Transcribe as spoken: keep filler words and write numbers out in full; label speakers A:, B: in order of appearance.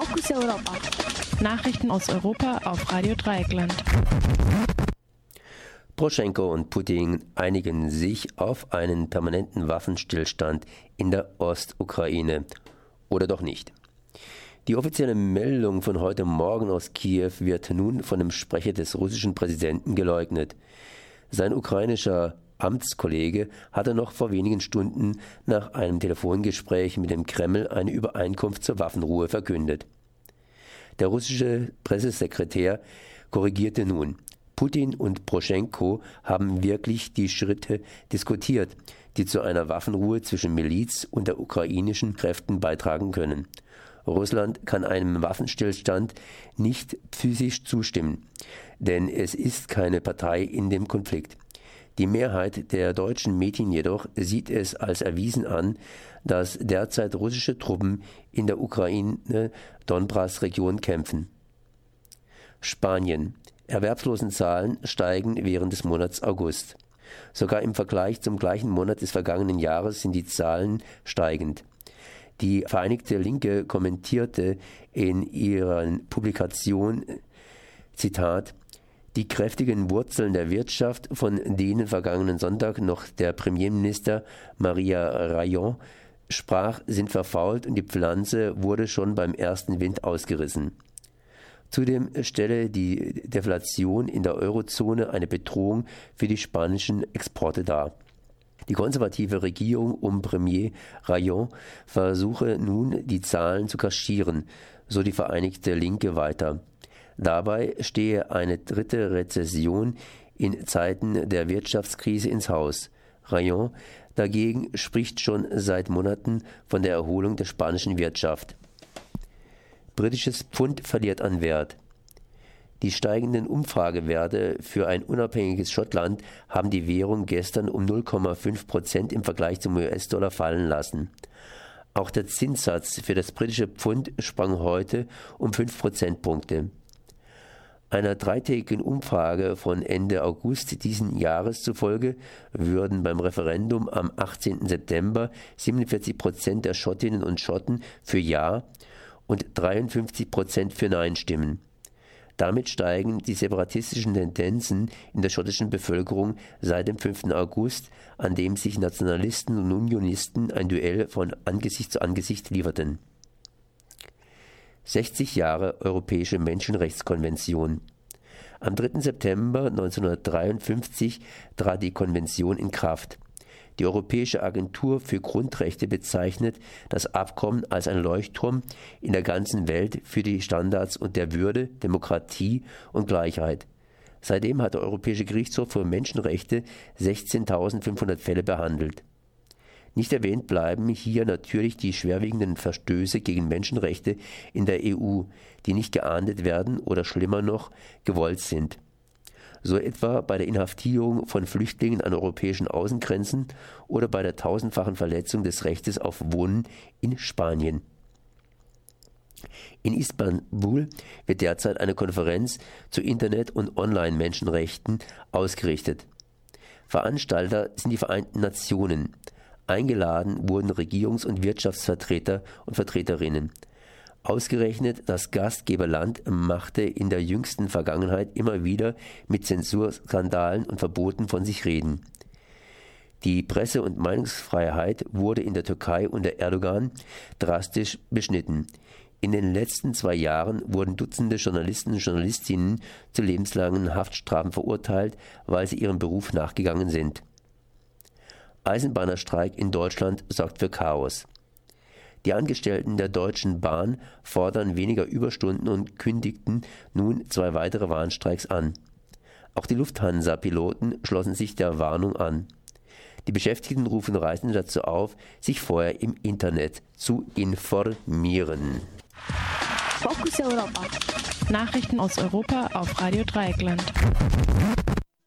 A: Fokus Europa.
B: Nachrichten aus Europa auf Radio Dreieckland.
C: Poroschenko und Putin einigen sich auf einen permanenten Waffenstillstand in der Ostukraine. Oder doch nicht? Die offizielle Meldung von heute Morgen aus Kiew wird nun von dem Sprecher des russischen Präsidenten geleugnet. Sein ukrainischer Amtskollege hatte noch vor wenigen Stunden nach einem Telefongespräch mit dem Kreml eine Übereinkunft zur Waffenruhe verkündet. Der russische Pressesekretär korrigierte nun: Putin und Poroschenko haben wirklich die Schritte diskutiert, die zu einer Waffenruhe zwischen Miliz und der ukrainischen Kräften beitragen können. Russland kann einem Waffenstillstand nicht physisch zustimmen, denn es ist keine Partei in dem Konflikt. Die Mehrheit der deutschen Medien jedoch sieht es als erwiesen an, dass derzeit russische Truppen in der Ukraine-Donbass-Region kämpfen. Spanien. Erwerbslosenzahlen steigen während des Monats August. Sogar im Vergleich zum gleichen Monat des vergangenen Jahres sind die Zahlen steigend. Die Vereinigte Linke kommentierte in ihrer Publikation, Zitat, die kräftigen Wurzeln der Wirtschaft, von denen vergangenen Sonntag noch der Premierminister Maria Rajoy sprach, sind verfault und die Pflanze wurde schon beim ersten Wind ausgerissen. Zudem stelle die Deflation in der Eurozone eine Bedrohung für die spanischen Exporte dar. Die konservative Regierung um Premier Rajoy versuche nun, die Zahlen zu kaschieren, so die Vereinigte Linke weiter. Dabei stehe eine dritte Rezession in Zeiten der Wirtschaftskrise ins Haus. Rajoy dagegen spricht schon seit Monaten von der Erholung der spanischen Wirtschaft. Britisches Pfund verliert an Wert. Die steigenden Umfragewerte für ein unabhängiges Schottland haben die Währung gestern um null Komma fünf Prozent im Vergleich zum U S-Dollar fallen lassen. Auch der Zinssatz für das britische Pfund sprang heute um fünf Prozentpunkte. Einer dreitägigen Umfrage von Ende August diesen Jahres zufolge würden beim Referendum am achtzehnten September siebenundvierzig Prozent der Schottinnen und Schotten für Ja und dreiundfünfzig Prozent für Nein stimmen. Damit steigen die separatistischen Tendenzen in der schottischen Bevölkerung seit dem fünften August, an dem sich Nationalisten und Unionisten ein Duell von Angesicht zu Angesicht lieferten. sechzig Jahre Europäische Menschenrechtskonvention. Am dritten September neunzehnhundertdreiundfünfzig trat die Konvention in Kraft. Die Europäische Agentur für Grundrechte bezeichnet das Abkommen als ein Leuchtturm in der ganzen Welt für die Standards und der Würde, Demokratie und Gleichheit. Seitdem hat der Europäische Gerichtshof für Menschenrechte sechzehntausendfünfhundert Fälle behandelt. Nicht erwähnt bleiben hier natürlich die schwerwiegenden Verstöße gegen Menschenrechte in der E U, die nicht geahndet werden oder schlimmer noch gewollt sind. So etwa bei der Inhaftierung von Flüchtlingen an europäischen Außengrenzen oder bei der tausendfachen Verletzung des Rechtes auf Wohnen in Spanien. In Istanbul wird derzeit eine Konferenz zu Internet- und Online-Menschenrechten ausgerichtet. Veranstalter sind die Vereinten Nationen. Eingeladen wurden Regierungs- und Wirtschaftsvertreter und Vertreterinnen. Ausgerechnet das Gastgeberland machte in der jüngsten Vergangenheit immer wieder mit Zensurskandalen und Verboten von sich reden. Die Presse- und Meinungsfreiheit wurde in der Türkei unter Erdogan drastisch beschnitten. In den letzten zwei Jahren wurden Dutzende Journalisten und Journalistinnen zu lebenslangen Haftstrafen verurteilt, weil sie ihrem Beruf nachgegangen sind. Eisenbahnerstreik in Deutschland sorgt für Chaos. Die Angestellten der Deutschen Bahn fordern weniger Überstunden und kündigten nun zwei weitere Warnstreiks an. Auch die Lufthansa-Piloten schlossen sich der Warnung an. Die Beschäftigten rufen Reisende dazu auf, sich vorher im Internet zu informieren.
A: Fokus Europa.
B: Nachrichten aus Europa auf Radio Dreieckland.